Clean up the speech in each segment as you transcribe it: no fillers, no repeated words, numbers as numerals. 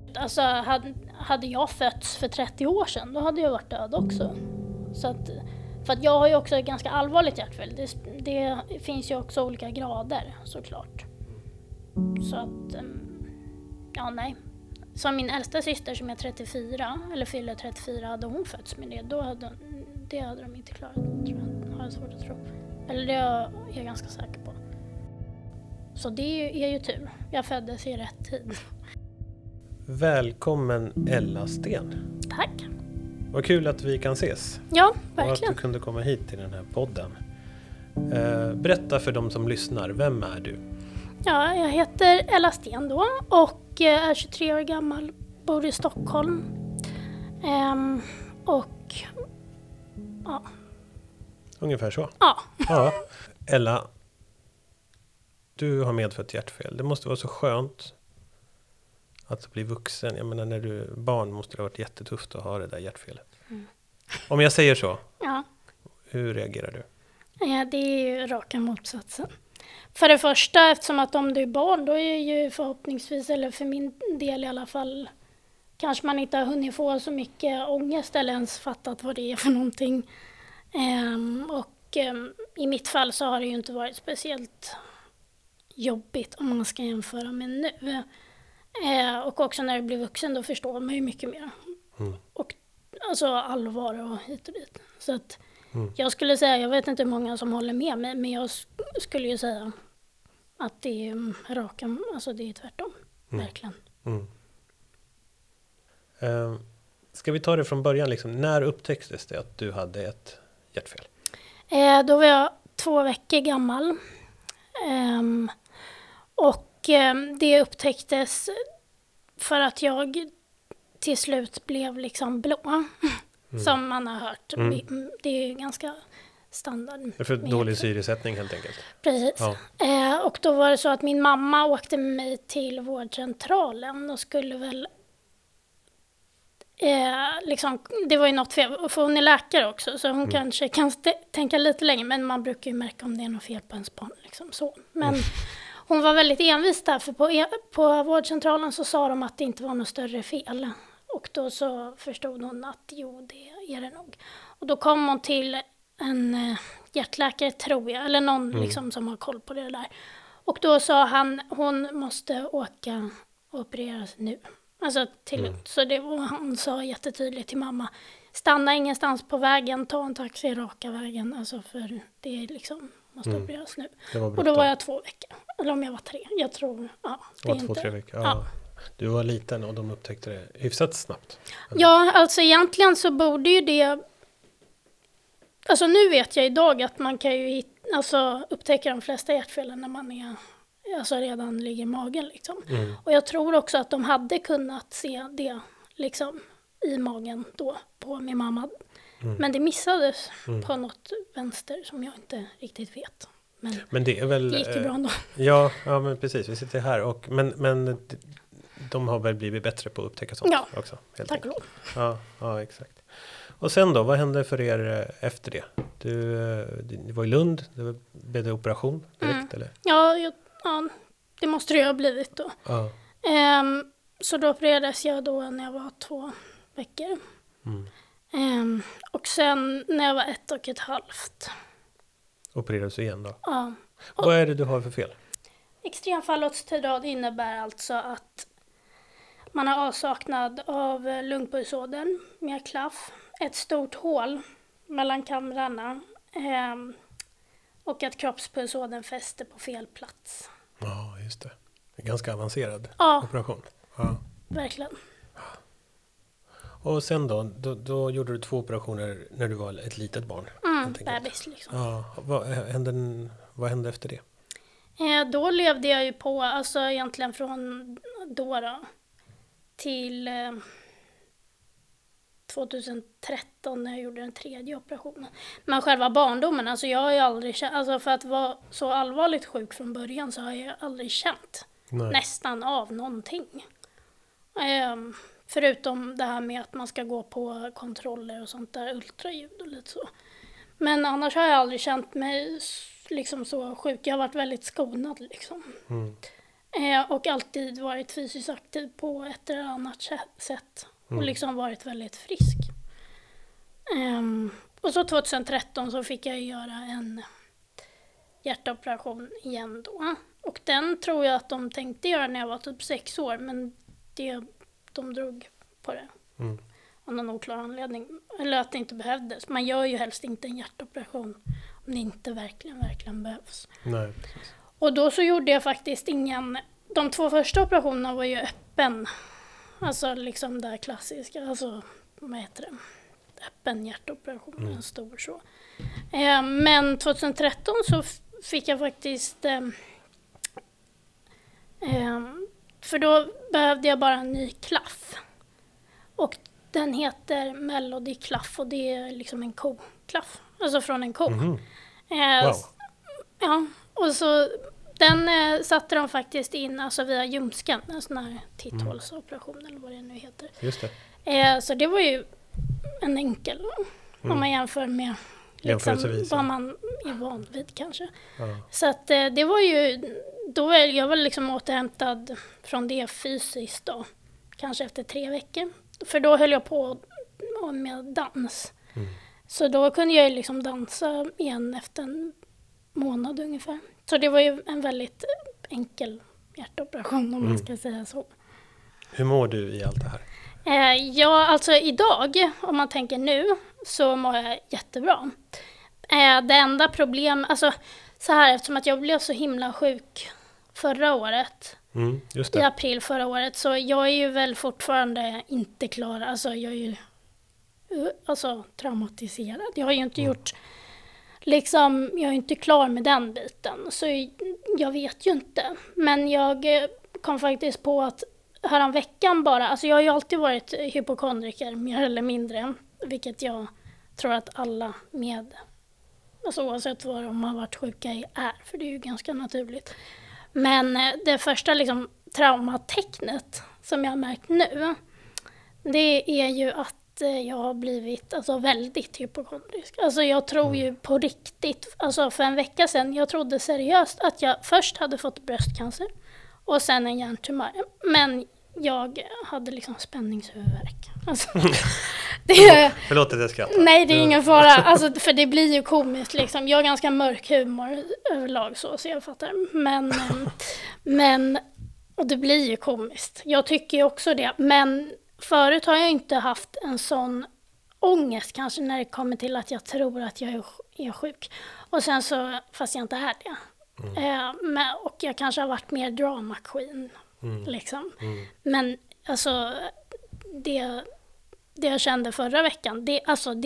Alltså hade jag fötts för 30 år sedan, då hade jag varit död också. Så att, för att jag har ju också ett ganska allvarligt hjärtfel. Det finns ju också olika grader såklart. Så att, ja nej. Som min äldsta syster som är 34, eller fyller 34, hade hon fötts med det, det hade de inte klarat, tror jag. Har jag svårt att tro. Eller det är jag ganska säker på. Så det är ju tur. Jag föddes i rätt tid. Välkommen Ella Sten. Tack. Vad kul att vi kan ses. Ja, verkligen. Och att du kunde komma hit till den här podden. Berätta för de som lyssnar, vem är du? Ja, jag heter Ella Sten då och är 23 år gammal, bor i Stockholm. Och ja. Ungefär så? Ja. Ella, du har medfött hjärtfel. Det måste vara så skönt att bli vuxen. Jag menar, när du är barn måste det ha varit jättetufft att ha det där hjärtfelet. Mm. Om jag säger så, hur reagerar du? Ja, det är ju raka motsatsen. För det första, eftersom att om du är barn, då är ju förhoppningsvis, eller för min del i alla fall, kanske man inte har hunnit få så mycket ångest eller ens fattat vad det är för någonting. I mitt fall så har det ju inte varit speciellt jobbigt om man ska jämföra med nu. Och också när du blir vuxen, då förstår man ju mycket mer. Mm. Och alltså allvar och hit och dit. Så att jag skulle säga, jag vet inte hur många som håller med mig, men jag skulle ju säga att det är raka, alltså det är tvärtom, verkligen. Mm. Ska vi ta det från början, liksom, när upptäcktes det att du hade ett hjärtfel? Då var jag 2 veckor gammal. Det upptäcktes för att jag till slut blev liksom blå. Som man har hört. Det är ju ganska standard. Det är för dålig syresättning helt enkelt. Precis. Ja. Och då var det så att min mamma åkte med mig till vårdcentralen och skulle väl det var ju något fel, för hon är läkare också, så hon kanske kan tänka lite längre, men man brukar ju märka om det är något fel på ens barn. Liksom så. Men hon var väldigt envis där, för på vårdcentralen så sa de att det inte var något större fel. Och då så förstod hon att jo, det är det nog. Och då kom hon till en hjärtläkare, tror jag, eller någon liksom, som har koll på det där. Och då sa han, hon måste åka och opereras nu. Alltså så det var, han sa jättetydligt till mamma, stanna ingenstans på vägen, ta en taxi raka vägen, alltså för det liksom måste opereras nu. Och då var jag 2 veckor, eller om jag var 3, jag tror, det var 2-3 veckor, ja. Du var liten och de upptäckte det hyfsat snabbt. Eller? Ja, alltså egentligen så borde ju det, alltså nu vet jag idag att man kan ju upptäcka de flesta hjärtfelen när man är, alltså redan ligger i magen liksom. Och jag tror också att de hade kunnat se det liksom i magen då på min mamma. Men det missades på något vänster som jag inte riktigt vet. Men det är väl, det gick ju bra ändå. Ja, men precis. Vi sitter här men de har väl blivit bättre på att upptäcka sånt också. Helt tack och lov. Ja, exakt. Och sen då, vad hände för er efter det? Du var i Lund, det blev det operation direkt eller? Ja, det måste det ju ha blivit då. Ja. Så då opererades jag då när jag var 2 veckor. Och sen när jag var 1,5. Opererades du igen då? Ja. Vad är det du har för fel? Extrem fallåtstilldrag innebär alltså att man har avsaknad av lungpulsådern med klaff, ett stort hål mellan kamrarna och att kroppspulsådern fäster på fel plats. Ja, just det. En ganska avancerad operation. Ja, verkligen. Och sen då gjorde du 2 operationer när du var ett litet barn. Bebis liksom. Ja, vad hände efter det? Då levde jag ju på, alltså egentligen från då till 2013 när jag gjorde den 3:e operationen. Men själva barndomen, alltså jag har ju aldrig känt, alltså för att vara så allvarligt sjuk från början så har jag aldrig känt nästan av någonting. Förutom det här med att man ska gå på kontroller och sånt där, ultraljud och lite så. Men annars har jag aldrig känt mig liksom så sjuk. Jag har varit väldigt skonad liksom. Och alltid varit fysiskt aktiv på ett eller annat sätt. Och liksom varit väldigt frisk. Och så 2013 så fick jag göra en hjärtoperation igen då. Och den tror jag att de tänkte göra när jag var typ 6 år. Men de drog på det. Av någon oklar anledning. Eller att det inte behövdes. Man gör ju helst inte en hjärtoperation om det inte verkligen behövs. Nej, precis. Och då så gjorde jag faktiskt de 2 första operationerna var ju öppen. Alltså liksom det klassiska. Alltså, vad heter det? Öppen hjärtoperation, en stor så. Men 2013 så fick jag faktiskt... för då behövde jag bara en ny klaff. Och den heter Melody Klaff och det är liksom en koklaff. Alltså från en ko. Wow. Ja, och så den satte de faktiskt in alltså via ljumsken, en sån här titthålsoperation eller vad det nu heter. Just det. Så det var ju en enkel om man jämför med liksom, vad man är van vid kanske. Ja. Så att det var ju, då jag var liksom återhämtad från det fysiskt då, kanske efter 3 veckor. För då höll jag på med dans. Så då kunde jag liksom dansa igen efter en månad ungefär. Så det var ju en väldigt enkel hjärtoperation om man ska säga så. Hur mår du i allt det här? Ja, alltså idag, om man tänker nu, så mår jag jättebra. Det enda problem, alltså så här, eftersom att jag blev så himla sjuk förra året, just det. i april förra året, så jag är ju väl fortfarande inte klar, alltså jag är ju traumatiserad. Jag har ju inte gjort, liksom, jag är inte klar med den biten, så jag vet ju inte. Men jag kom faktiskt på att häromveckan bara, alltså jag har ju alltid varit hypokondriker mer eller mindre, vilket jag tror att alla med, alltså oavsett vad de har varit sjuka i är, för det är ju ganska naturligt. Men det första liksom traumatecknet som jag har märkt nu, det är ju att jag har blivit alltså väldigt hypokondrisk. Alltså jag tror ju på riktigt, alltså för en vecka sedan, jag trodde seriöst att jag först hade fått bröstcancer och sen en hjärntumör. Men jag hade liksom spänningshuvudvärk. Alltså, Förlåt att jag skrattar. Nej, det är ingen fara. Alltså, för det blir ju komiskt liksom. Jag har ganska mörk humor överlag så jag fattar. Men och det blir ju komiskt. Jag tycker ju också det. Men förut har jag inte haft en sån ångest kanske när det kommer till att jag tror att jag är sjuk. Och sen så, fast jag inte är det. Och jag kanske har varit mer drama queen. Liksom. Men alltså det jag kände förra veckan, det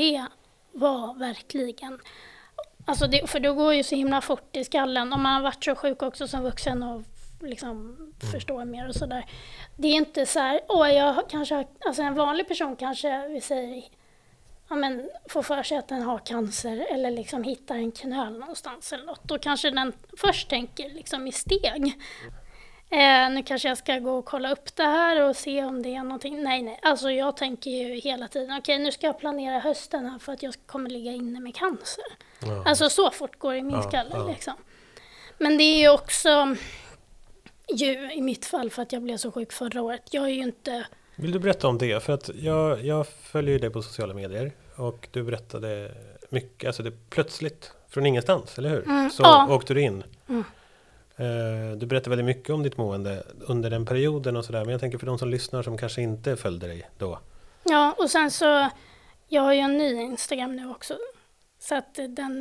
var verkligen, alltså för då går ju så himla fort i skallen om man har varit så sjuk också som vuxen och liksom förstår mer och sådär. Det är inte så här, jag kanske, alltså en vanlig person kanske vi säger, ja men får för sig att den har cancer eller liksom hittar en knöl någonstans eller något. Då kanske den först tänker liksom i steg. Nu kanske jag ska gå och kolla upp det här och se om det är någonting. Nej. Alltså jag tänker ju hela tiden, okej, nu ska jag planera hösten här för att jag kommer ligga inne med cancer. Ja. Alltså så fort går det i min skalle liksom. Men det är ju också i mitt fall för att jag blev så sjuk förra året. Jag är ju inte... Vill du berätta om det? För att jag följer ju dig på sociala medier och du berättade mycket, alltså det plötsligt från ingenstans, eller hur? Så åkte du in. Du berättar väldigt mycket om ditt mående under den perioden och sådär. Men jag tänker för de som lyssnar som kanske inte följde dig då. Ja, och sen så, jag har ju en ny Instagram nu också. Så att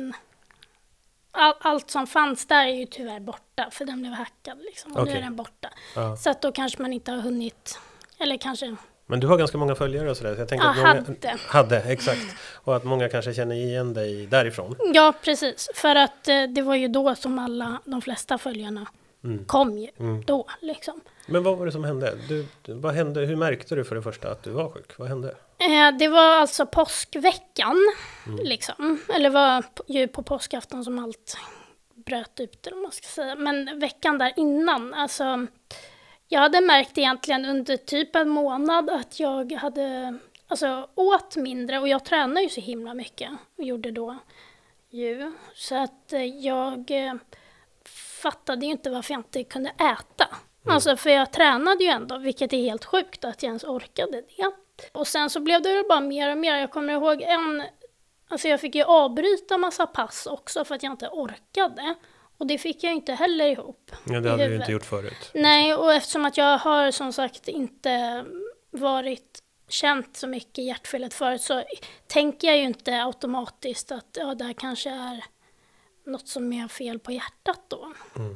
allt som fanns där är ju tyvärr borta. För den blev hackad liksom. Och nu är den borta. Ja. Så att då kanske man inte har hunnit, eller kanske... Men du har ganska många följare och sådär. Så jag tänker att många hade, exakt. Och att många kanske känner igen dig därifrån. Ja, precis. För att det var ju då som de flesta följarna kom ju. Då, liksom. Men vad var det som hände? Vad hände? Hur märkte du för det första att du var sjuk? Vad hände? Det var alltså påskveckan. Liksom. Eller var ju på påskafton som allt bröt ut, eller man ska säga. Men veckan där innan, alltså... Jag hade märkt egentligen under typ en månad att jag hade åt mindre och jag tränar ju så himla mycket och gjorde då ju. Så att jag fattade ju inte varför jag inte kunde äta. Alltså för jag tränade ju ändå, vilket är helt sjukt att jag ens orkade det. Och sen så blev det väl bara mer och mer. Jag kommer ihåg alltså jag fick ju avbryta massa pass också för att jag inte orkade. Och det fick jag inte heller ihop. Ja, det hade du inte gjort förut. Nej, och eftersom att jag har som sagt inte varit känt så mycket hjärtfelet förut, så tänker jag ju inte automatiskt att det här kanske är något som är fel på hjärtat då.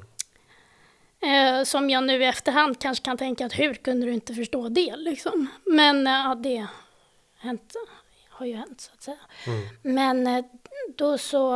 Som jag nu i efterhand kanske kan tänka att hur kunde du inte förstå det liksom. Men det har ju hänt så att säga. Men då så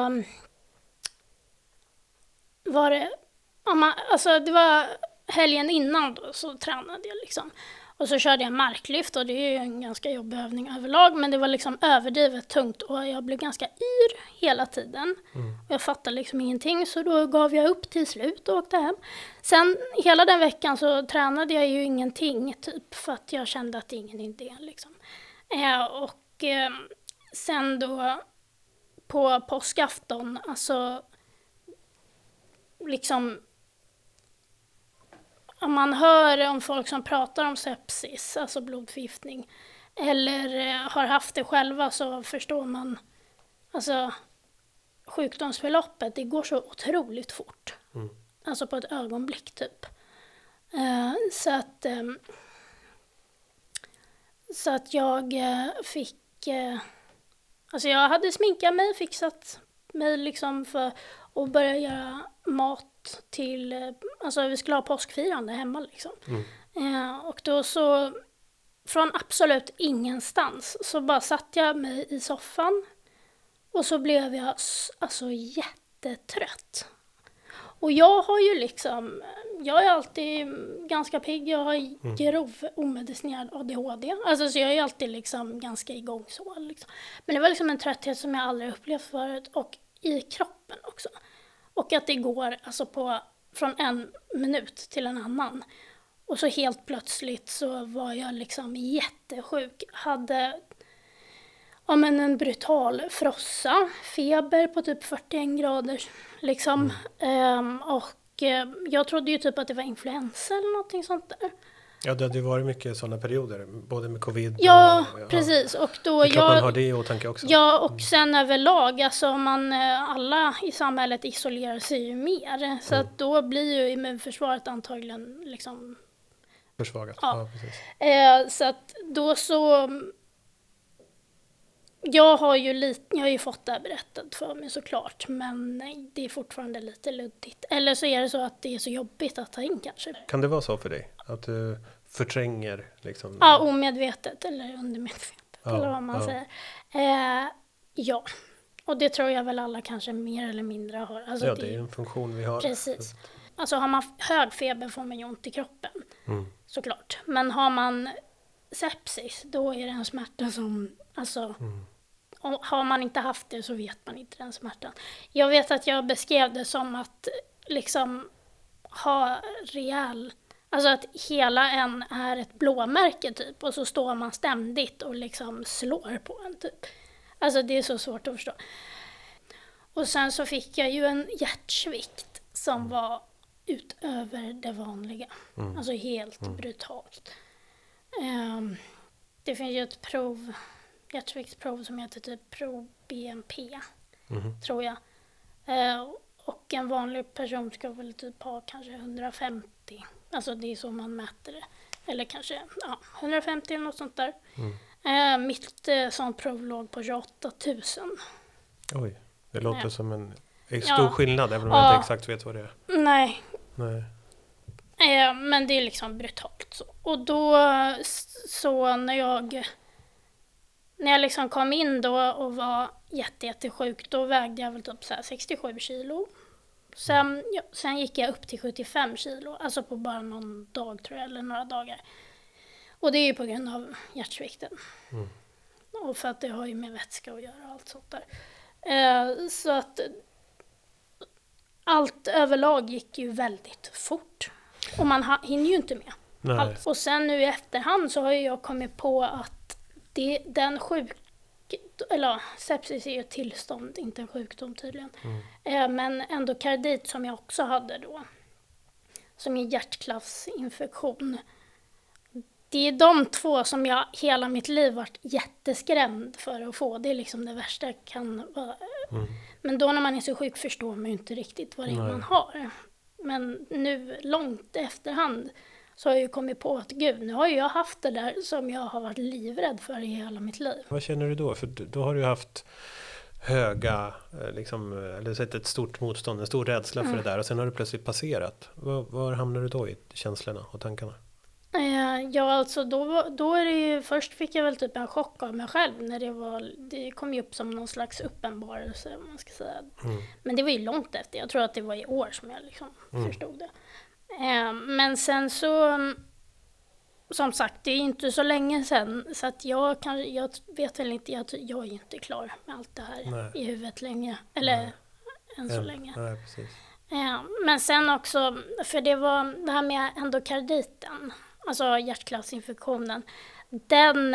var det, alltså det var helgen innan då, så tränade jag liksom. Och så körde jag marklyft, och det är ju en ganska jobbig övning överlag, men det var liksom överdrivet tungt och jag blev ganska yr hela tiden. Och jag fattade liksom ingenting, så då gav jag upp till slut och åkte hem. Sen hela den veckan så tränade jag ju ingenting typ, för att jag kände att det är ingen idé liksom. Och sen då på påskafton, alltså liksom, om man hör om folk som pratar om sepsis, alltså blodförgiftning, eller har haft det själva, så förstår man alltså sjukdomsförloppet, det går så otroligt fort. Alltså på ett ögonblick typ. Så att jag fick, alltså jag hade sminkat mig, fixat mig liksom för att börja göra mat till, alltså vi skulle ha påskfirande hemma liksom. Och då så, från absolut ingenstans, så bara satt jag mig i soffan och så blev jag alltså jättetrött. Och jag har ju liksom, jag är alltid ganska pigg, jag har grov omedicinerad ADHD. Alltså så jag är alltid liksom ganska igång så liksom. Men det var liksom en trötthet som jag aldrig upplevt förut, och i kroppen också. Och att det går alltså från en minut till en annan. Och så helt plötsligt så var jag liksom jättesjuk. Hade en brutal frossa, feber på typ 41 grader liksom. Och jag trodde ju typ att det var influensa eller någonting sånt där. Ja, det hade ju varit mycket sådana perioder, både med covid ja, och... Ja, precis. Och då man har det i åtanke också. Ja, och sen överlag, alltså alla i samhället isolerar sig ju mer. Så att då blir ju immunförsvaret antagligen liksom... försvagat, ja precis. Så att då så... Jag har ju fått det här berättat för mig såklart, men det är fortfarande lite luddigt. Eller så är det så att det är så jobbigt att ta in kanske. Kan det vara så för dig? Att du förtränger liksom? Ja, omedvetet eller undermedvetet eller vad man säger. Ja, och det tror jag väl alla kanske mer eller mindre har. Alltså ja, det är en funktion vi har. Precis. Alltså har man hög feber får man ju ont i kroppen, såklart. Men har man sepsis, då är det en smärta som, alltså... Har man inte haft det så vet man inte den smärtan. Jag vet att jag beskrev det som att liksom ha alltså att hela en är ett blåmärke typ, och så står man ständigt och liksom slår på en typ. Alltså det är så svårt att förstå. Och sen så fick jag ju en hjärtsvikt som var utöver det vanliga. Alltså helt brutalt. Det finns ju ett hjärtsviktsprov som heter typ ProBNP, tror jag. Och en vanlig person ska väl typ ha kanske 150. Alltså det är så man mäter det. Eller kanske 150 eller något sånt där. Mitt sånt prov låg på 28 000. Oj, det låter som en stor skillnad, även om jag inte exakt vet vad det är. Nej. Men det är liksom brutalt så. Och då så när jag liksom kom in då och var jättesjuk, då vägde jag väl typ så här 67 kilo. Sen gick jag upp till 75 kilo, alltså på bara någon dag tror jag, eller några dagar. Och det är ju på grund av hjärtsvikten. Och för att det har ju med vätska att göra och allt sånt där. Så att allt överlag gick ju väldigt fort. Och man hinner ju inte med. Allt. Och sen nu i efterhand så har jag kommit på att sepsis är ju ett tillstånd, inte en sjukdom tydligen. Men endokardit som jag också hade då, som är hjärtklaffsinfektion. Det är de två som jag hela mitt liv varit jätteskrämd för att få. Det är liksom det värsta jag kan vara. Men då när man är så sjuk förstår man ju inte riktigt vad det är man har. Men nu långt efterhand så har jag ju kommit på att gud, nu har jag haft det där som jag har varit livrädd för i hela mitt liv. Vad känner du då? För då har du haft höga, liksom, eller sett ett stort motstånd, en stor rädsla för det där och sen har det plötsligt passerat. Var hamnar du då i känslorna och tankarna? Ja, alltså då är det ju, först fick jag väl typ en chock av mig själv när det kom ju upp som någon slags uppenbarelse, om man ska säga. Men det var ju långt efter, jag tror att det var i år som jag liksom förstod det. Men sen så, som sagt, det är inte så länge sedan så att jag vet väl inte, jag är ju inte klar med allt det här i huvudet längre, eller än så länge. Nej, precis. Men sen också, för det var det här med endokarditen, alltså hjärtklaffsinfektionen, den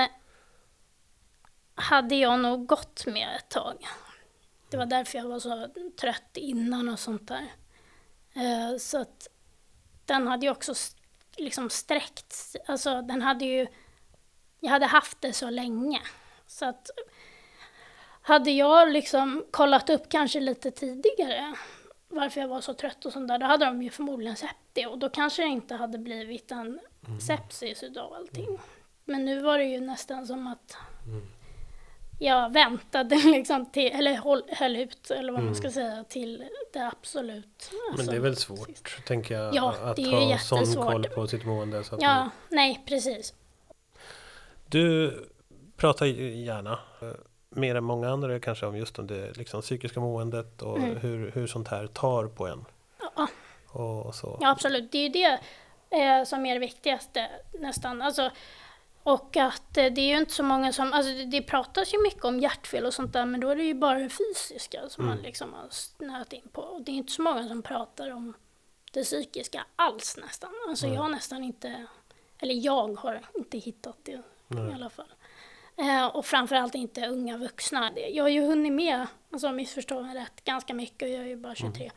hade jag nog gått med ett tag. Det var därför jag var så trött innan och sånt där. Så att den hade ju också liksom sträckt, alltså den hade ju, jag hade haft det så länge. Så att hade jag liksom kollat upp kanske lite tidigare varför jag var så trött och sånt där, då hade de ju förmodligen sett det och då kanske det inte hade blivit en sepsis utav allting. Men nu var det ju nästan som att jag väntade liksom till, eller höll ut, eller vad man ska säga, till det absolut. Men det är väl svårt, tänker jag, att ha sån koll på sitt mående. Så att nej, precis. Du pratar gärna mer än många andra kanske om just om det liksom, psykiska måendet och hur sånt här tar på en. Ja. Och så. Ja, absolut. Det är ju det som är det viktigaste nästan. Alltså, och att det är ju inte så många som, alltså det pratas ju mycket om hjärtfel och sånt där, men då är det ju bara det fysiska som man liksom har snöat in på. Och det är inte så många som pratar om det psykiska alls nästan. Alltså jag har nästan inte, eller jag har inte hittat det i alla fall. Och framförallt inte unga vuxna. Jag har ju hunnit med, alltså missförstå mig rätt, ganska mycket och jag är ju bara 23.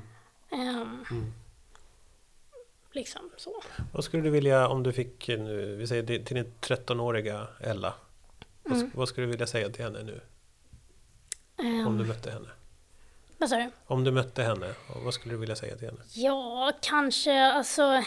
Liksom så. Vad skulle du vilja, om du fick nu, vi säger till din 13-åriga Ella, vad skulle du vilja säga till henne nu? Om du mötte henne? Vad sa du? Om du mötte henne, vad skulle du vilja säga till henne? Ja, kanske, alltså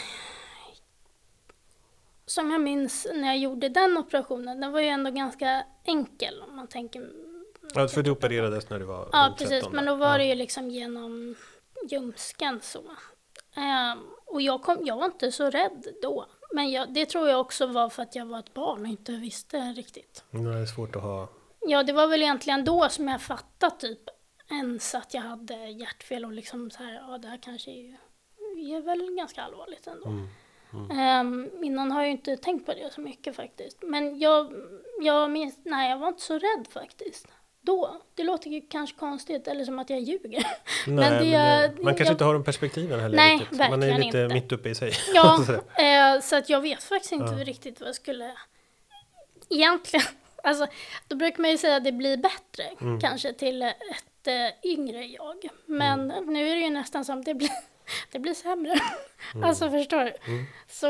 som jag minns när jag gjorde den operationen, den var ju ändå ganska enkel om man tänker. Ja, för du opererades när du var 13. Ja, precis, men då var det ju liksom genom ljumsken så. Och jag var inte så rädd då. Men det tror jag också var för att jag var ett barn och inte visste riktigt. Det är svårt att ha. Ja, det var väl egentligen då som jag fattade typ ens att jag hade hjärtfel och liksom så här, ja det här kanske är väl ganska allvarligt ändå. Innan har jag inte tänkt på det så mycket faktiskt. Men jag minns, nej jag var inte så rädd faktiskt. Då. Det låter ju kanske konstigt eller som att jag ljuger. Nej, man kanske inte har de perspektiven heller. Nej, riktigt. Verkligen man är lite inte. Mitt uppe i sig. Ja, så att jag vet faktiskt inte riktigt vad jag skulle. Egentligen, alltså, då brukar man ju säga att det blir bättre. Kanske till ett yngre jag. Men nu är det ju nästan som det blir sämre. Alltså förstår du? Så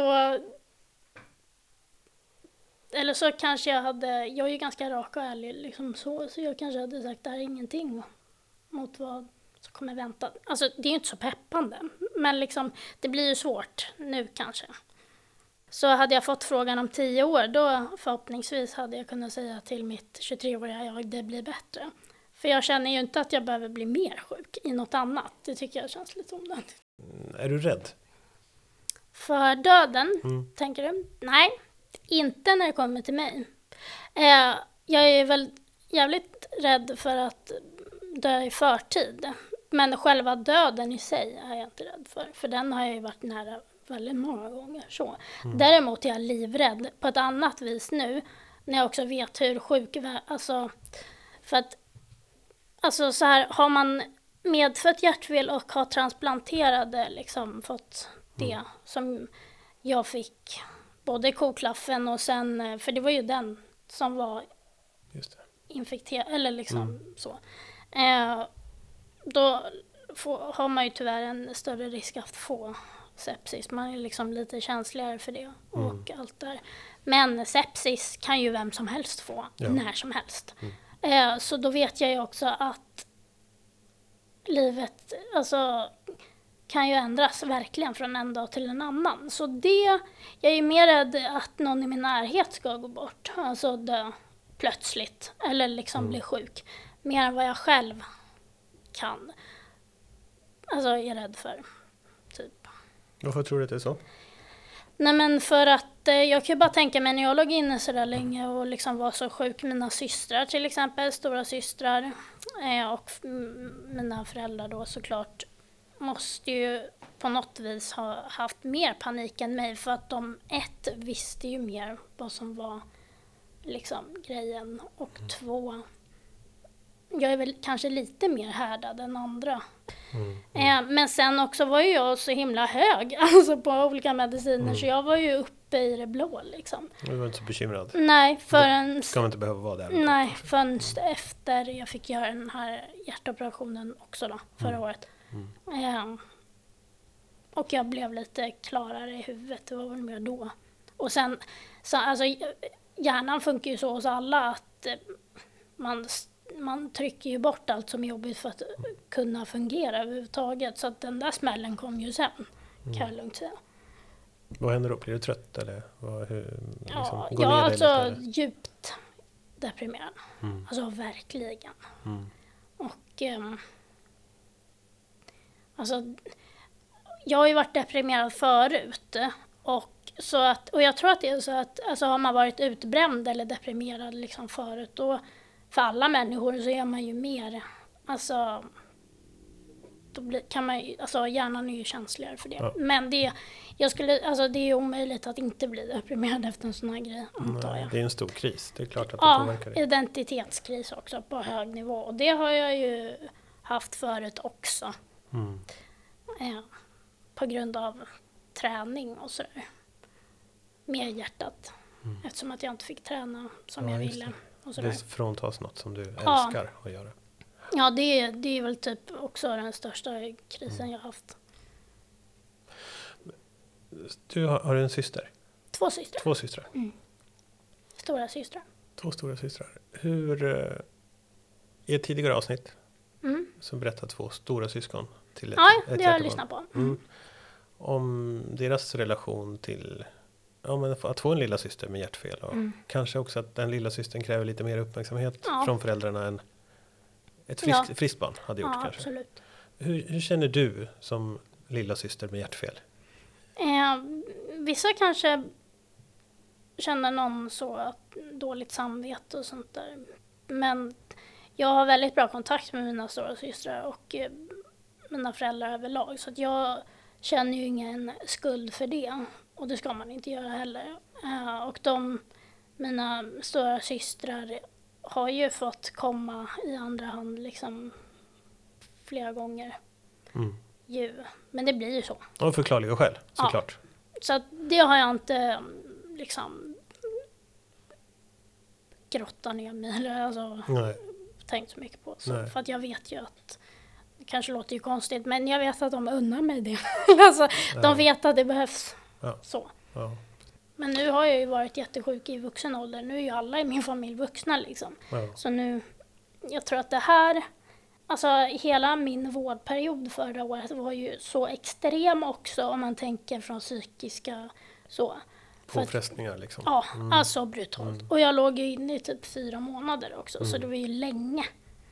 eller så kanske jag är ju ganska rak och ärlig liksom så jag kanske hade sagt det här är ingenting mot vad som kommer vänta. Alltså det är ju inte så peppande, men liksom det blir ju svårt nu kanske. Så hade jag fått frågan om 10 år, då förhoppningsvis hade jag kunnat säga till mitt 23-åriga jag, det blir bättre. För jag känner ju inte att jag behöver bli mer sjuk i något annat. Det tycker jag känns lite onödigt. Är du rädd? För döden, tänker du? Nej, inte när det kommer till mig. Jag är väl jävligt rädd för att dö i förtid. Men själva döden i sig är jag inte rädd för. För den har jag ju varit nära väldigt många gånger. Så. Däremot är jag livrädd på ett annat vis nu. När jag också vet hur sjuk jag är. Alltså, för att alltså så här, har man medfött hjärtfel och har transplanterade liksom fått det som jag fick. Både koklaffen och sen, för det var ju den som var infekterad, eller liksom så. Då har man ju tyvärr en större risk att få sepsis. Man är liksom lite känsligare för det och allt där. Men sepsis kan ju vem som helst få, när som helst. Så då vet jag ju också att livet alltså, kan ju ändras verkligen från en dag till en annan. Så jag är ju mer rädd att någon i min närhet ska gå bort. Alltså dö plötsligt eller liksom bli sjuk. Mer än vad jag själv kan. Alltså jag är rädd för. Typ. Varför tror du att det är så? Nej men för att jag kan ju bara tänka mig när jag låg inne så där länge och liksom var så sjuk. Mina systrar till exempel, stora systrar och mina föräldrar då såklart måste ju på något vis ha haft mer panik än mig för att de visste ju mer vad som var liksom grejen och 2 jag är väl kanske lite mer härdad än andra. Men sen också var ju jag så himla hög alltså på olika mediciner så jag var ju uppe i det blå liksom. Du var inte så bekymrad? Nej, förrän... Du ska inte behöva vara där? Nej, förrän efter jag fick göra den här hjärtoperationen också då, förra året. Och jag blev lite klarare i huvudet, det var väl mer då. Och sen, så, alltså hjärnan funkar ju så hos alla att man trycker ju bort allt som är jobbigt för att kunna fungera överhuvudtaget. Så att den där smällen kom ju sen, kan jag lugnt säga. Vad händer då? Blir du trött eller? Ja, alltså djupt deprimerad. Alltså verkligen. Och alltså jag har ju varit deprimerad förut och jag tror att det är så att alltså har man varit utbränd eller deprimerad liksom förut då för alla människor så är man ju mer alltså då kan man alltså hjärnan är ju känsligare för det. Ja. Men det är omöjligt att inte bli deprimerad efter en sån här grej, antar jag. Det är en stor kris, det är klart att det påverkar det. Identitetskris också på hög nivå. Och det har jag ju haft förut också. På grund av träning och sådär. Med hjärtat. Eftersom att jag inte fick träna som jag ville. Och det fråntas något som du älskar att göra. Ja, det är väl typ också den största krisen jag har haft. Du har en syster? 2 systrar. 2 systrar? Stora systrar. 2 stora systrar. Hur, i ett tidigare avsnitt så berättade 2 stora syskon till ett det har jag lyssnat på. Om deras relation till att få en lilla syster med hjärtfel. Och kanske också att den lilla systern kräver lite mer uppmärksamhet från föräldrarna än ett friskt barn hade gjort kanske. Absolut. Hur känner du som lilla syster med hjärtfel? Vissa kanske känner någon så dåligt samvete och sånt där. Men jag har väldigt bra kontakt med mina stora systrar och mina föräldrar överlag. Så att jag känner ju ingen skuld för det. Och det ska man inte göra heller. Och mina stora systrar har ju fått komma i andra hand liksom flera gånger. Men det blir ju så. Av förklarliga skäl, såklart. Så att det har jag inte liksom grottat ner mig eller tänkt så mycket på. Så, för att jag vet ju att det kanske låter ju konstigt, men jag vet att de unnar mig det. De vet att det behövs så. Ja. Men nu har jag ju varit jättesjuk i vuxen ålder. Nu är ju alla i min familj vuxna liksom. Så nu, jag tror att det här, alltså hela min vårdperiod förra året var ju så extrem också om man tänker från psykiska så. Påfrestningar liksom. Ja, alltså brutalt. Och jag låg ju inne i typ 4 månader också, så det var ju länge.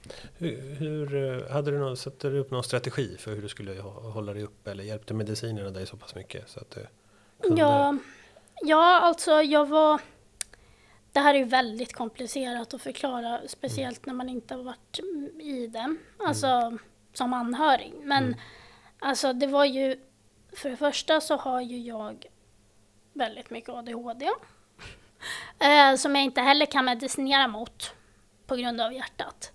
Hur satte du upp någon strategi för hur du skulle hålla dig upp eller hjälpte medicinerna dig så pass mycket så att du kunde... Ja, alltså det här är ju väldigt komplicerat att förklara, speciellt när man inte har varit i det, alltså som anhörig. Men alltså det var ju, för det första så har ju jag väldigt mycket ADHD som jag inte heller kan medicinera mot på grund av hjärtat.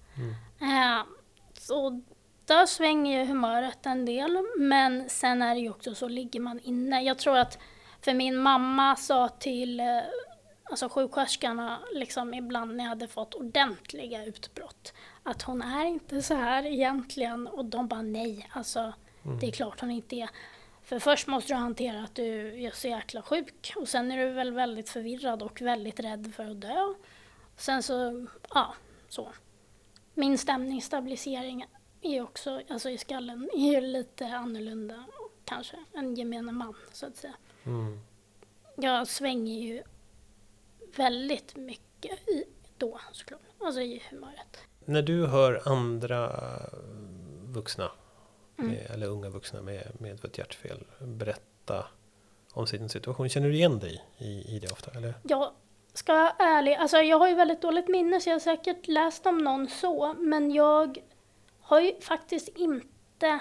Så där svänger ju humöret en del, men sen är det ju också så ligger man inne. Jag tror att för min mamma sa till alltså sjuksköterskorna liksom ibland när jag hade fått ordentliga utbrott att hon är inte så här egentligen, och de bara nej, alltså det är klart hon inte är. För först måste du hantera att du är så jäkla sjuk. Och sen är du väl väldigt förvirrad och väldigt rädd för att dö. Sen så, så. Min stämningsstabilisering är också, alltså i skallen, är ju lite annorlunda kanske än gemene man, så att säga. Jag svänger ju väldigt mycket då, såklart. Alltså i humöret. När du hör andra vuxna, eller unga vuxna med ett hjärtfel berätta om sin situation, känner du igen dig i det ofta? Eller? Jag ska vara ärlig, alltså jag har ju väldigt dåligt minne så jag har säkert läst om någon så, men jag har ju faktiskt inte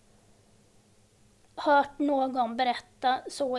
hört någon berätta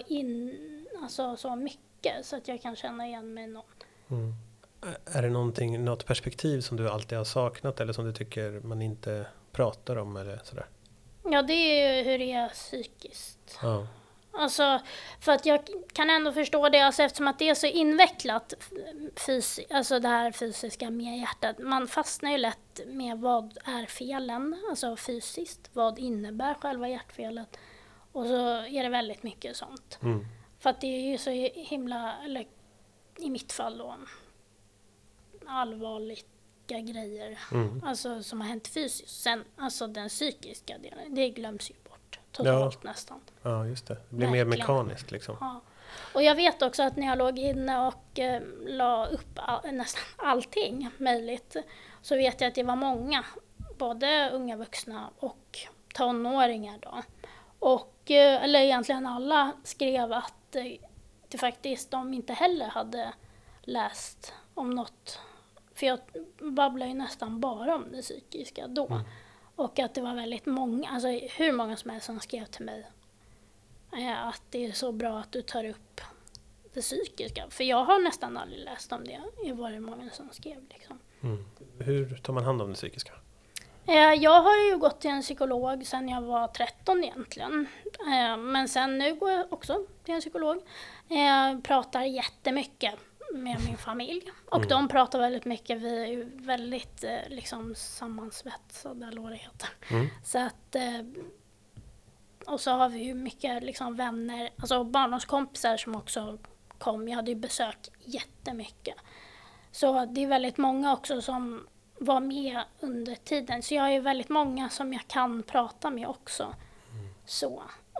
så mycket så att jag kan känna igen mig någon. Är det något perspektiv som du alltid har saknat eller som du tycker man inte pratar om eller sådär? Ja, det är ju hur det är psykiskt. Ja. Alltså, för att jag kan ändå förstå det, alltså, eftersom att det är så invecklat alltså det här fysiska med hjärtat. Man fastnar ju lätt med vad är felen, alltså fysiskt, vad innebär själva hjärtfelet. Och så är det väldigt mycket sånt. För att det är ju så himla, eller i mitt fall då, allvarliga grejer alltså, som har hänt fysiskt. Sen, alltså den psykiska delen, det glöms ju bort totalt nästan. Ja, just det. Det blir mer mekaniskt liksom. Ja. Och jag vet också att när jag låg inne och la upp nästan allting möjligt, så vet jag att det var många, både unga vuxna och tonåringar då. Och, eller egentligen alla skrev att det faktiskt de inte heller hade läst om något. För jag babblar ju nästan bara om det psykiska då. Och att det var väldigt många, alltså hur många som helst som skrev till mig att det är så bra att du tar upp det psykiska. För jag har nästan aldrig läst om det. Det var det många som skrev liksom. Hur tar man hand om det psykiska? Jag har ju gått till en psykolog sedan jag var 13 egentligen. Men sen nu går jag också till en psykolog. Pratar jättemycket med min familj. Och de pratar väldigt mycket. Vi är ju väldigt liksom sammansvetsade, eller vad det heter. Så att, och så har vi ju mycket liksom vänner, alltså barndomskompisar som också kom. Jag hade ju besök jättemycket. Så det är väldigt många också som var med under tiden. Så jag är väldigt många som jag kan prata med också. Så.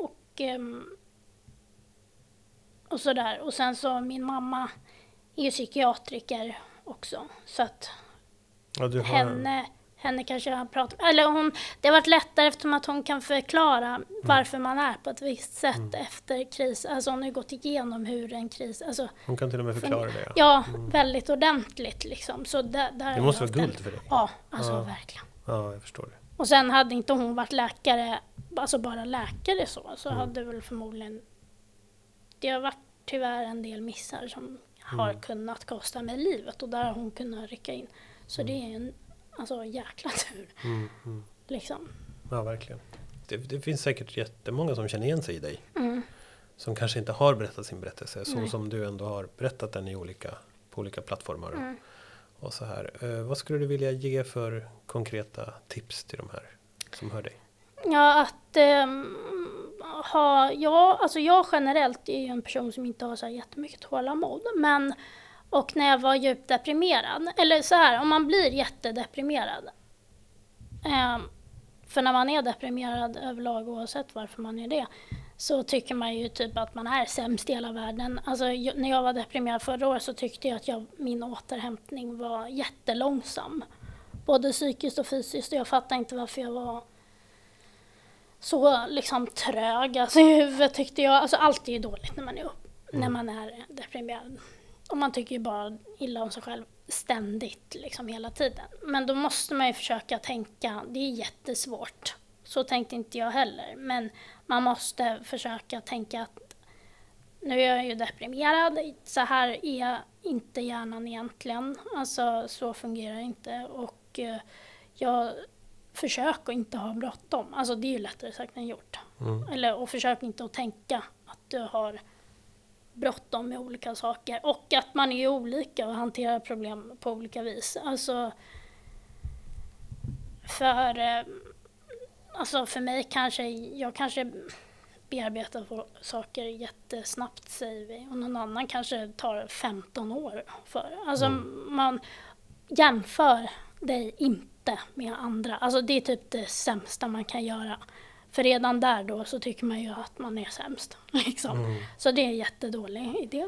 Och sådär. Och sen så min mamma är ju psykiatriker också. Så att henne kanske jag har pratat med. Eller det har varit lättare eftersom att hon kan förklara varför man är på ett visst sätt efter kris. Alltså hon har ju gått igenom hur en kris... Alltså, hon kan till och med förklara det. Ja, väldigt ordentligt liksom. Så där det måste vara guld för dig. Ja, alltså verkligen. Ja, jag förstår det. Och sen hade inte hon varit läkare, alltså bara läkare så hade väl förmodligen... Det har varit tyvärr en del missar som har kunnat kosta mig livet och där har hon kunnat rycka in. Så det är en jäkla tur. Liksom. Ja, verkligen. Det finns säkert jättemånga som känner igen sig i dig. Som kanske inte har berättat sin berättelse. Så som du ändå har berättat den på olika plattformar. Och så här. Vad skulle du vilja ge för konkreta tips till de här som hör dig? Ja, att jag generellt är ju en person som inte har så jättemycket tålamod. Och när jag var djupt deprimerad, eller så här, om man blir jättedeprimerad. För när man är deprimerad överlag, oavsett varför man är det, så tycker man ju typ att man är sämst i hela världen. Alltså när jag var deprimerad förra året så tyckte jag att min återhämtning var jättelångsam. Både psykiskt och fysiskt. Och jag fattar inte varför jag var så liksom trög. Alltså i huvudet tyckte jag, alltså allt är ju dåligt när man är deprimerad. Och man tycker ju bara illa om sig själv ständigt, liksom hela tiden. Men då måste man ju försöka tänka, det är jättesvårt. Så tänkte inte jag heller. Men man måste försöka tänka att nu är jag ju deprimerad. Så här är inte hjärnan egentligen. Alltså så fungerar det inte. Och jag försöker inte ha bråttom. Alltså det är ju lättare sagt än gjort. Och försök inte att tänka att du har bråttom med olika saker. Och att man är olika och hanterar problem på olika vis. Alltså för mig kanske, jag kanske bearbeta saker jättesnabbt, säger vi. Och någon annan kanske tar 15 år för. Alltså man jämför dig inte med andra. Alltså det är typ det sämsta man kan göra. För redan där då så tycker man ju att man är sämst. Liksom. Så det är en jättedålig idé.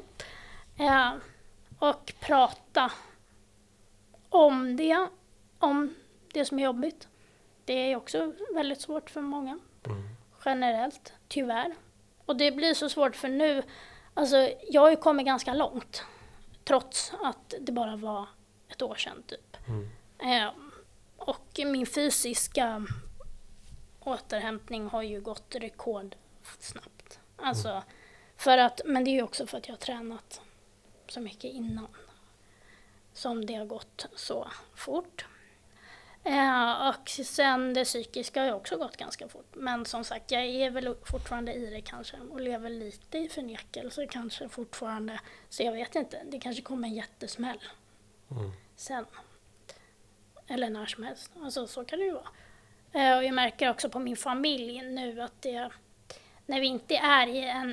Och prata om det som är jobbigt. Det är också väldigt svårt för många. Generellt, tyvärr. Och det blir så svårt för nu. Alltså jag har ju kommit ganska långt. Trots att det bara var ett år sedan typ. Och min fysiska återhämtning har ju gått rekordsnabbt. Alltså, men det är ju också för att jag har tränat så mycket innan. Som det har gått så fort. Och sen det psykiska har ju också gått ganska fort. Men som sagt, jag är väl fortfarande i det kanske. Och lever lite i förnekelse kanske fortfarande. Så jag vet inte, det kanske kommer en jättesmäll. Sen. Eller när som helst. Alltså så kan det ju vara. Och jag märker också på min familj nu att när vi inte är i en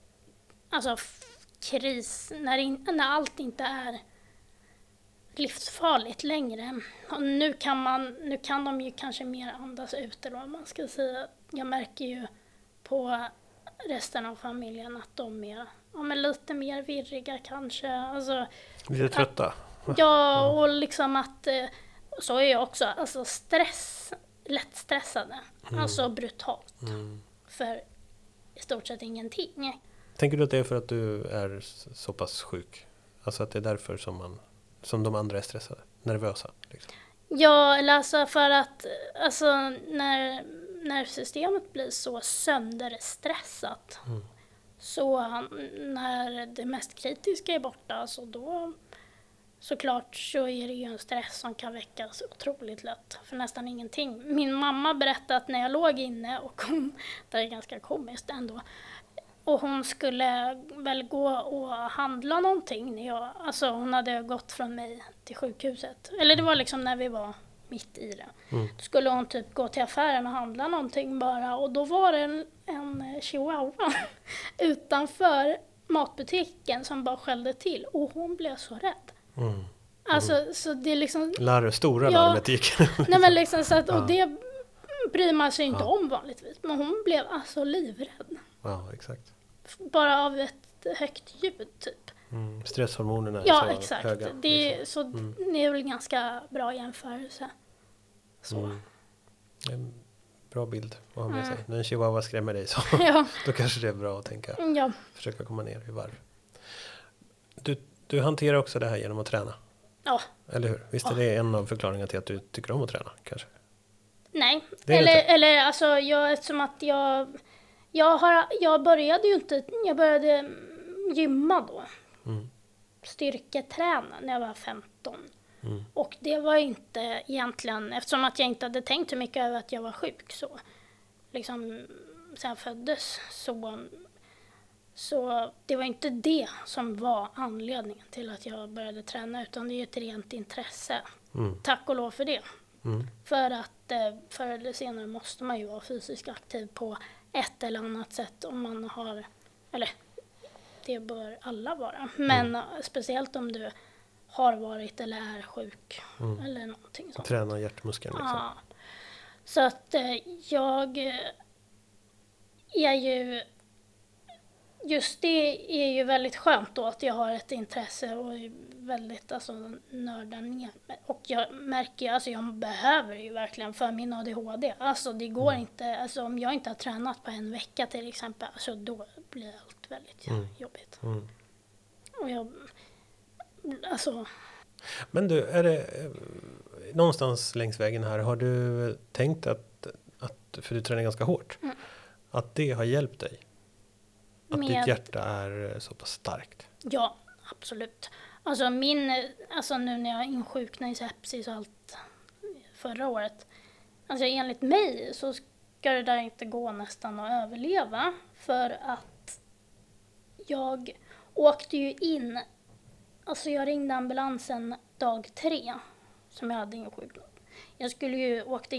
kris, när allt inte är livsfarligt längre. Och nu kan de ju kanske mer andas ut eller vad man ska säga. Jag märker ju på resten av familjen att de är lätt mer virriga kanske. Alltså, lite trötta. Ja, och liksom att så är jag också. Alltså lättstressade. Alltså brutalt. För i stort sett ingenting. Tänker du att det är för att du är så pass sjuk? Alltså att det är därför som de andra är stressade? Nervösa? Liksom. Ja, eller alltså för att när systemet blir så sönderstressat så när det mest kritiska är borta så då såklart så är det ju en stress som kan väckas otroligt lätt för nästan ingenting. Min mamma berättade att när jag låg inne och det är ganska komiskt ändå, och hon skulle väl gå och handla någonting. Hon hade gått från mig till sjukhuset. Eller det var liksom när vi var mitt i det. Då skulle hon typ gå till affären och handla någonting bara. Och då var det en chihuahua utanför matbutiken som bara skällde till. Och hon blev så rädd. Alltså, så det är liksom... Stora larmet gick. Nej men liksom så att, och det bryr man sig inte om vanligtvis. Men hon blev alltså livrädd. Ja, exakt. Bara av ett högt ljud typ. Stresshormonerna är så exakt. höga. Det är, så det är väl ganska bra jämförelse. Så. En bra bild att ha med sig. När en chihuahua skrämmer dig så då kanske det är bra att tänka. Försöka komma ner i varv. Du hanterar också det här genom att träna. Ja. Eller hur? Visst är det en av förklaringarna till att du tycker om att träna kanske? Nej. Eller alltså eftersom att jag började ju inte, jag började gymma då. Styrketräna när jag var 15. Och det var inte egentligen, eftersom att jag inte hade tänkt hur mycket över att jag var sjuk så liksom sen jag föddes så det var inte det som var anledningen till att jag började träna, utan det är ett rent intresse. Tack och lov för det. För att förr eller senare måste man ju vara fysiskt aktiv på ett eller annat sätt om man har, eller det bör alla vara, men speciellt om du har varit eller är sjuk eller någonting sånt. Träna hjärtmuskeln liksom. Ja. Så att jag är ju, just det är ju väldigt skönt då att jag har ett intresse och är väldigt nördar ner. Och jag märker alltså jag behöver ju verkligen för min ADHD. Alltså det går inte, alltså om jag inte har tränat på en vecka till exempel, alltså då blir allt väldigt jobbigt. Och jag, alltså... Men du, är det någonstans längs vägen här, har du tänkt att för du tränar ganska hårt, att det har hjälpt dig? Att ditt hjärta är så pass starkt? Ja, absolut. Alltså nu när jag insjuknade i sepsis och allt förra året. Alltså enligt mig så ska det där inte gå nästan att överleva. För att jag åkte ju in, alltså jag ringde ambulansen dag 3 som jag hade insjuknat. Jag skulle ju åkt in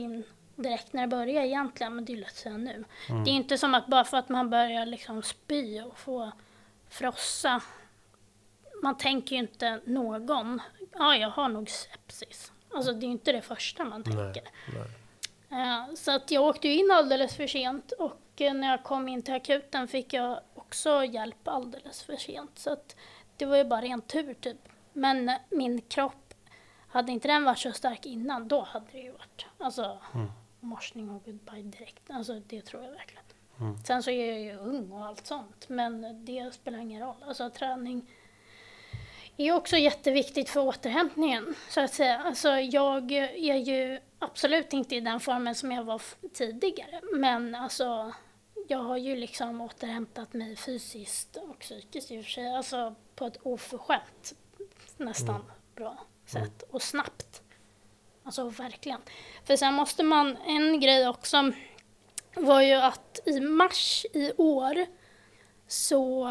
direkt när det börjar egentligen, men det är lätt att säga nu. Det är inte som att bara för att man börjar liksom spy och få frossa, man tänker ju inte jag har nog sepsis. Alltså det är inte det första man tänker. Nej. Så att jag åkte ju in alldeles för sent, och när jag kom in till akuten fick jag också hjälp alldeles för sent. Så att det var ju bara en tur typ. Men min kropp, hade inte den varit så stark innan, då hade det ju varit morsning och goodbye direkt. Alltså det tror jag verkligen. Sen så är jag ju ung och allt sånt, men det spelar ingen roll. Alltså träning är också jätteviktigt för återhämtningen, så att säga. Alltså jag är ju absolut inte i den formen som jag var tidigare, men alltså jag har ju liksom återhämtat mig fysiskt och psykiskt i och för sig, alltså på ett oförskämt nästan bra sätt och snabbt. Alltså verkligen. För sen måste man, en grej också var ju att i mars i år så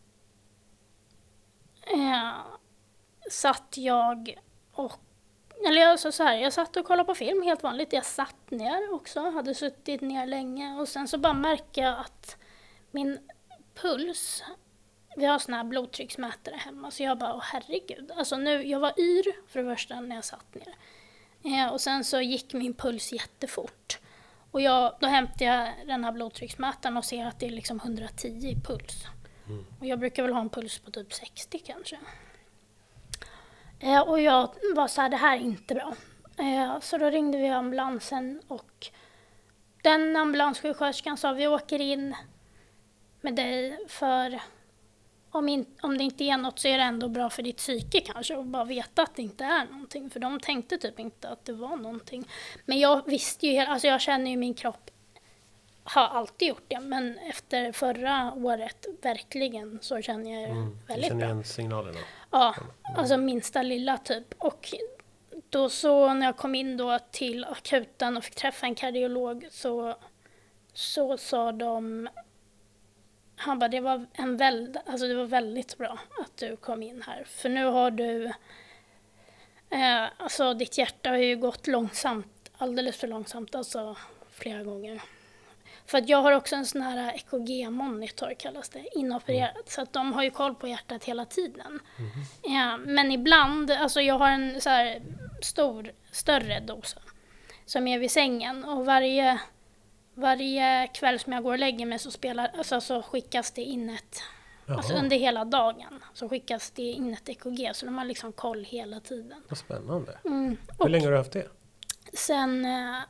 satt jag och, eller jag så här, jag satt och kollade på film helt vanligt. Jag satt ner också, hade suttit ner länge, och sen så bara märker jag att min puls, vi har såna här blodtrycksmätare hemma, så jag bara, herregud, alltså nu, jag var yr för det första när jag satt ner. Och sen så gick min puls jättefort. Och då hämtade jag den här blodtrycksmätaren och ser att det är liksom 110 i puls. Och jag brukar väl ha en puls på typ 60 kanske. Och jag var så här, det här är inte bra. Så då ringde vi ambulansen, och den ambulanssjuksköterskan sa, vi åker in med dig, för om det inte är något så är det ändå bra för ditt psyke kanske, och bara veta att det inte är någonting. För de tänkte typ inte att det var någonting. Men jag visste ju, alltså jag känner ju min kropp, har alltid gjort det, men efter förra året verkligen så känner jag väldigt bra. Du känner igen signalerna? Ja, alltså minsta lilla typ. Och då så när jag kom in då till akuten och fick träffa en kardiolog, så sa de, han bara, det var väldigt bra att du kom in här. För nu har du, alltså ditt hjärta har ju gått långsamt, alldeles för långsamt, alltså flera gånger. För att jag har också en sån här EKG-monitor kallas det, inopererat. Så att de har ju koll på hjärtat hela tiden. Men ibland, alltså jag har en så här större dosa som är vid sängen. Och varje kväll som jag går och lägger mig så skickas det in alltså under hela dagen så skickas det in ett EKG. Så de har liksom koll hela tiden. Vad spännande. Hur länge har du haft det? Sen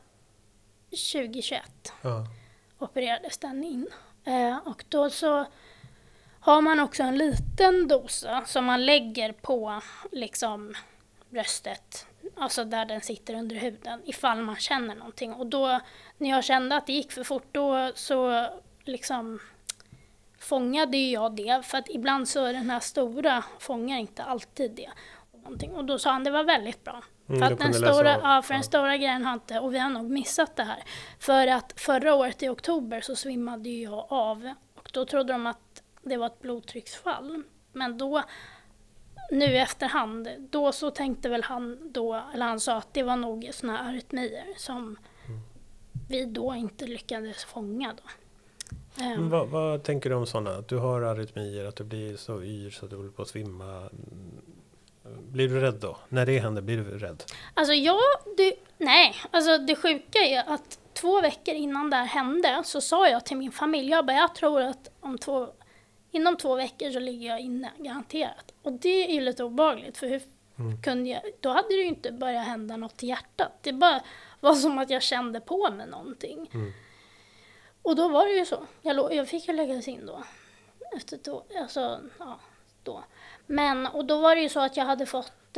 2021. Ja. Opererades den in. Och då så har man också en liten dosa som man lägger på liksom bröstet, alltså där den sitter under huden, ifall man känner någonting. Och då, när jag kände att det gick för fort, då så liksom fångade jag det, för att ibland så är den här stora fångar inte alltid det. Och då sa han, det var väldigt bra. För att den stora grejen har inte, och vi har nog missat det här. För att förra året i oktober så svimmade jag av, och då trodde de att det var ett blodtrycksfall. Men då, nu i efterhand, då så tänkte väl han sa att det var nog såna arytmier som vi då inte lyckades fånga då. Vad tänker du om sådana? Att du har arytmier, att du blir så yr så att du håller på att svimma. Blir du rädd då? När det händer, blir du rädd? Alltså nej. Alltså det sjuka är att 2 veckor innan det här hände så sa jag till min familj, jag tror att inom 2 veckor så ligger jag inne, garanterat. Och det är ju lite obehagligt, för hur kunde jag, då hade det ju inte börjat hända något i hjärtat. Det bara var som att jag kände på mig någonting. Och då var det ju så. Jag fick ju läggas in då. Efter då. Men, och då var det ju så att jag hade fått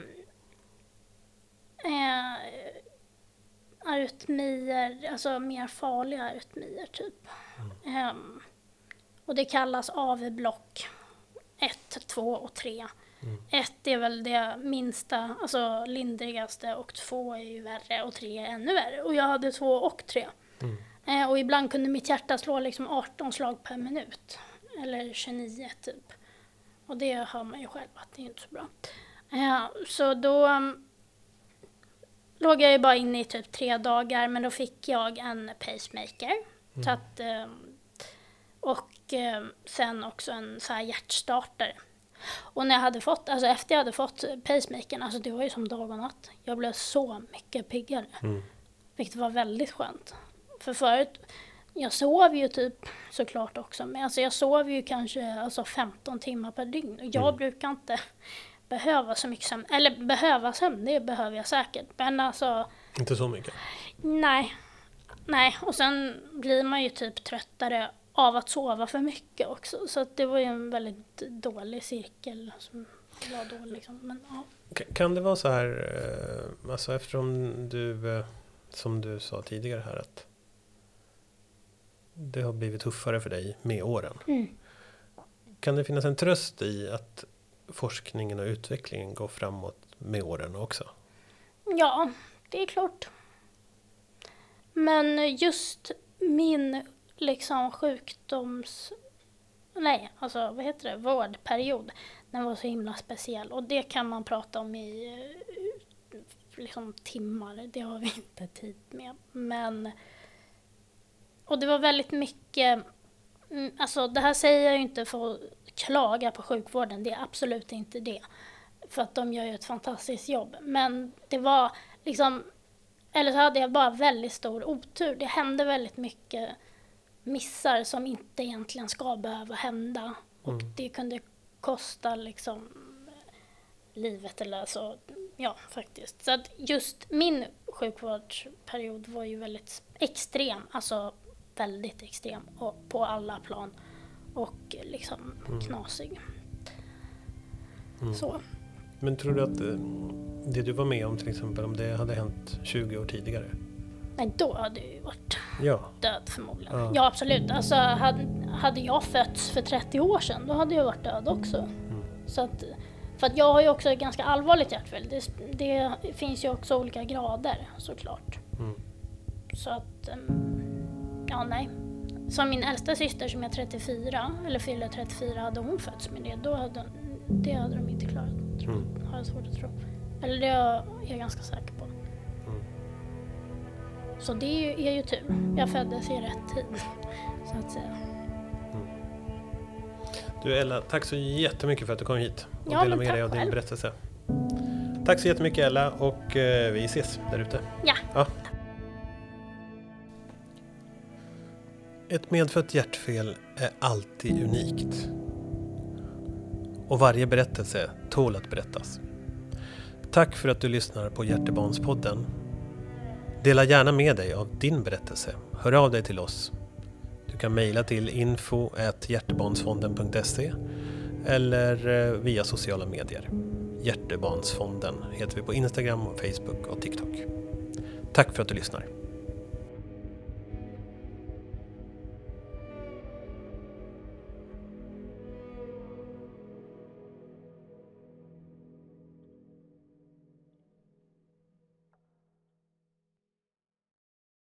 arytmier, alltså mer farliga arytmier typ. Och det kallas AV-block 1, 2 och 3. 1 är väl det minsta, alltså lindrigaste, och 2 är ju värre och 3 är ännu värre. Och jag hade 2 och 3. Och ibland kunde mitt hjärta slå liksom 18 slag per minut. Eller 29 typ. Och det hör man ju själv att det är inte så bra. Så då låg jag ju bara inne i typ 3 dagar, men då fick jag en pacemaker. Så att, och sen också en så här hjärtstartare. Och när jag hade fått, alltså efter jag hade fått pacemakern, alltså det var ju som dag och natt. Jag blev så mycket piggare. Vilket var väldigt skönt. För förut, jag sov ju typ såklart också. Men alltså jag sov ju kanske 15 timmar per dygn. Och jag brukar inte behöva så mycket sömn. Eller behöva sömn, det behöver jag säkert. Men alltså... Inte så mycket? Nej. Och sen blir man ju typ tröttare av att sova för mycket också. Så att det var ju en väldigt dålig cirkel som var dålig liksom. Men, ja. Kan det vara så här, alltså eftersom du, som du sa tidigare här, att det har blivit tuffare för dig med åren. Kan det finnas en tröst i att forskningen och utvecklingen går framåt med åren också? Ja, det är klart. Men just min liksom vårdperiod, den var så himla speciell. Och det kan man prata om i liksom timmar, det har vi inte tid med. Men, och det var väldigt mycket, alltså det här säger jag ju inte för att klaga på sjukvården, det är absolut inte det. För att de gör ju ett fantastiskt jobb. Men det var liksom, eller så hade jag bara väldigt stor otur. Det hände väldigt mycket missar som inte egentligen ska behöva hända. Och det kunde kosta liksom livet eller så. Ja, faktiskt. Så att just min sjukvårdsperiod var ju väldigt extrem. Alltså väldigt extrem och på alla plan. Och liksom knasig. Så. Men tror du att det du var med om till exempel, om det hade hänt 20 år tidigare? Nej, då hade jag ju varit död förmodligen. Ja. Ja, absolut. Alltså, hade jag fötts för 30 år sedan, då hade jag varit död också. Så att, för att jag har ju också ett ganska allvarligt hjärtfel. Det finns ju också olika grader, såklart. Så att, ja nej. Som min äldsta syster som är 34, eller fyller 34, hade hon fötts med det, det hade de inte klarat. Har jag svårt att tro. Eller det är jag ganska säker på. Så det är ju tur. Jag föddes i rätt tid, så att säga. Du Ella, tack så jättemycket för att du kom hit och Ja, delade med dig av din själv. berättelse. Tack så jättemycket Ella, och vi ses där ute. Ja. Ett medfött hjärtfel är alltid unikt. Och varje berättelse tål att berättas. Tack för att du lyssnar på Hjärtebarnspodden. Dela gärna med dig av din berättelse. Hör av dig till oss. Du kan mejla till info@hjärtebarnsfonden.se eller via sociala medier. Hjärtebarnsfonden heter vi på Instagram och Facebook och TikTok. Tack för att du lyssnar.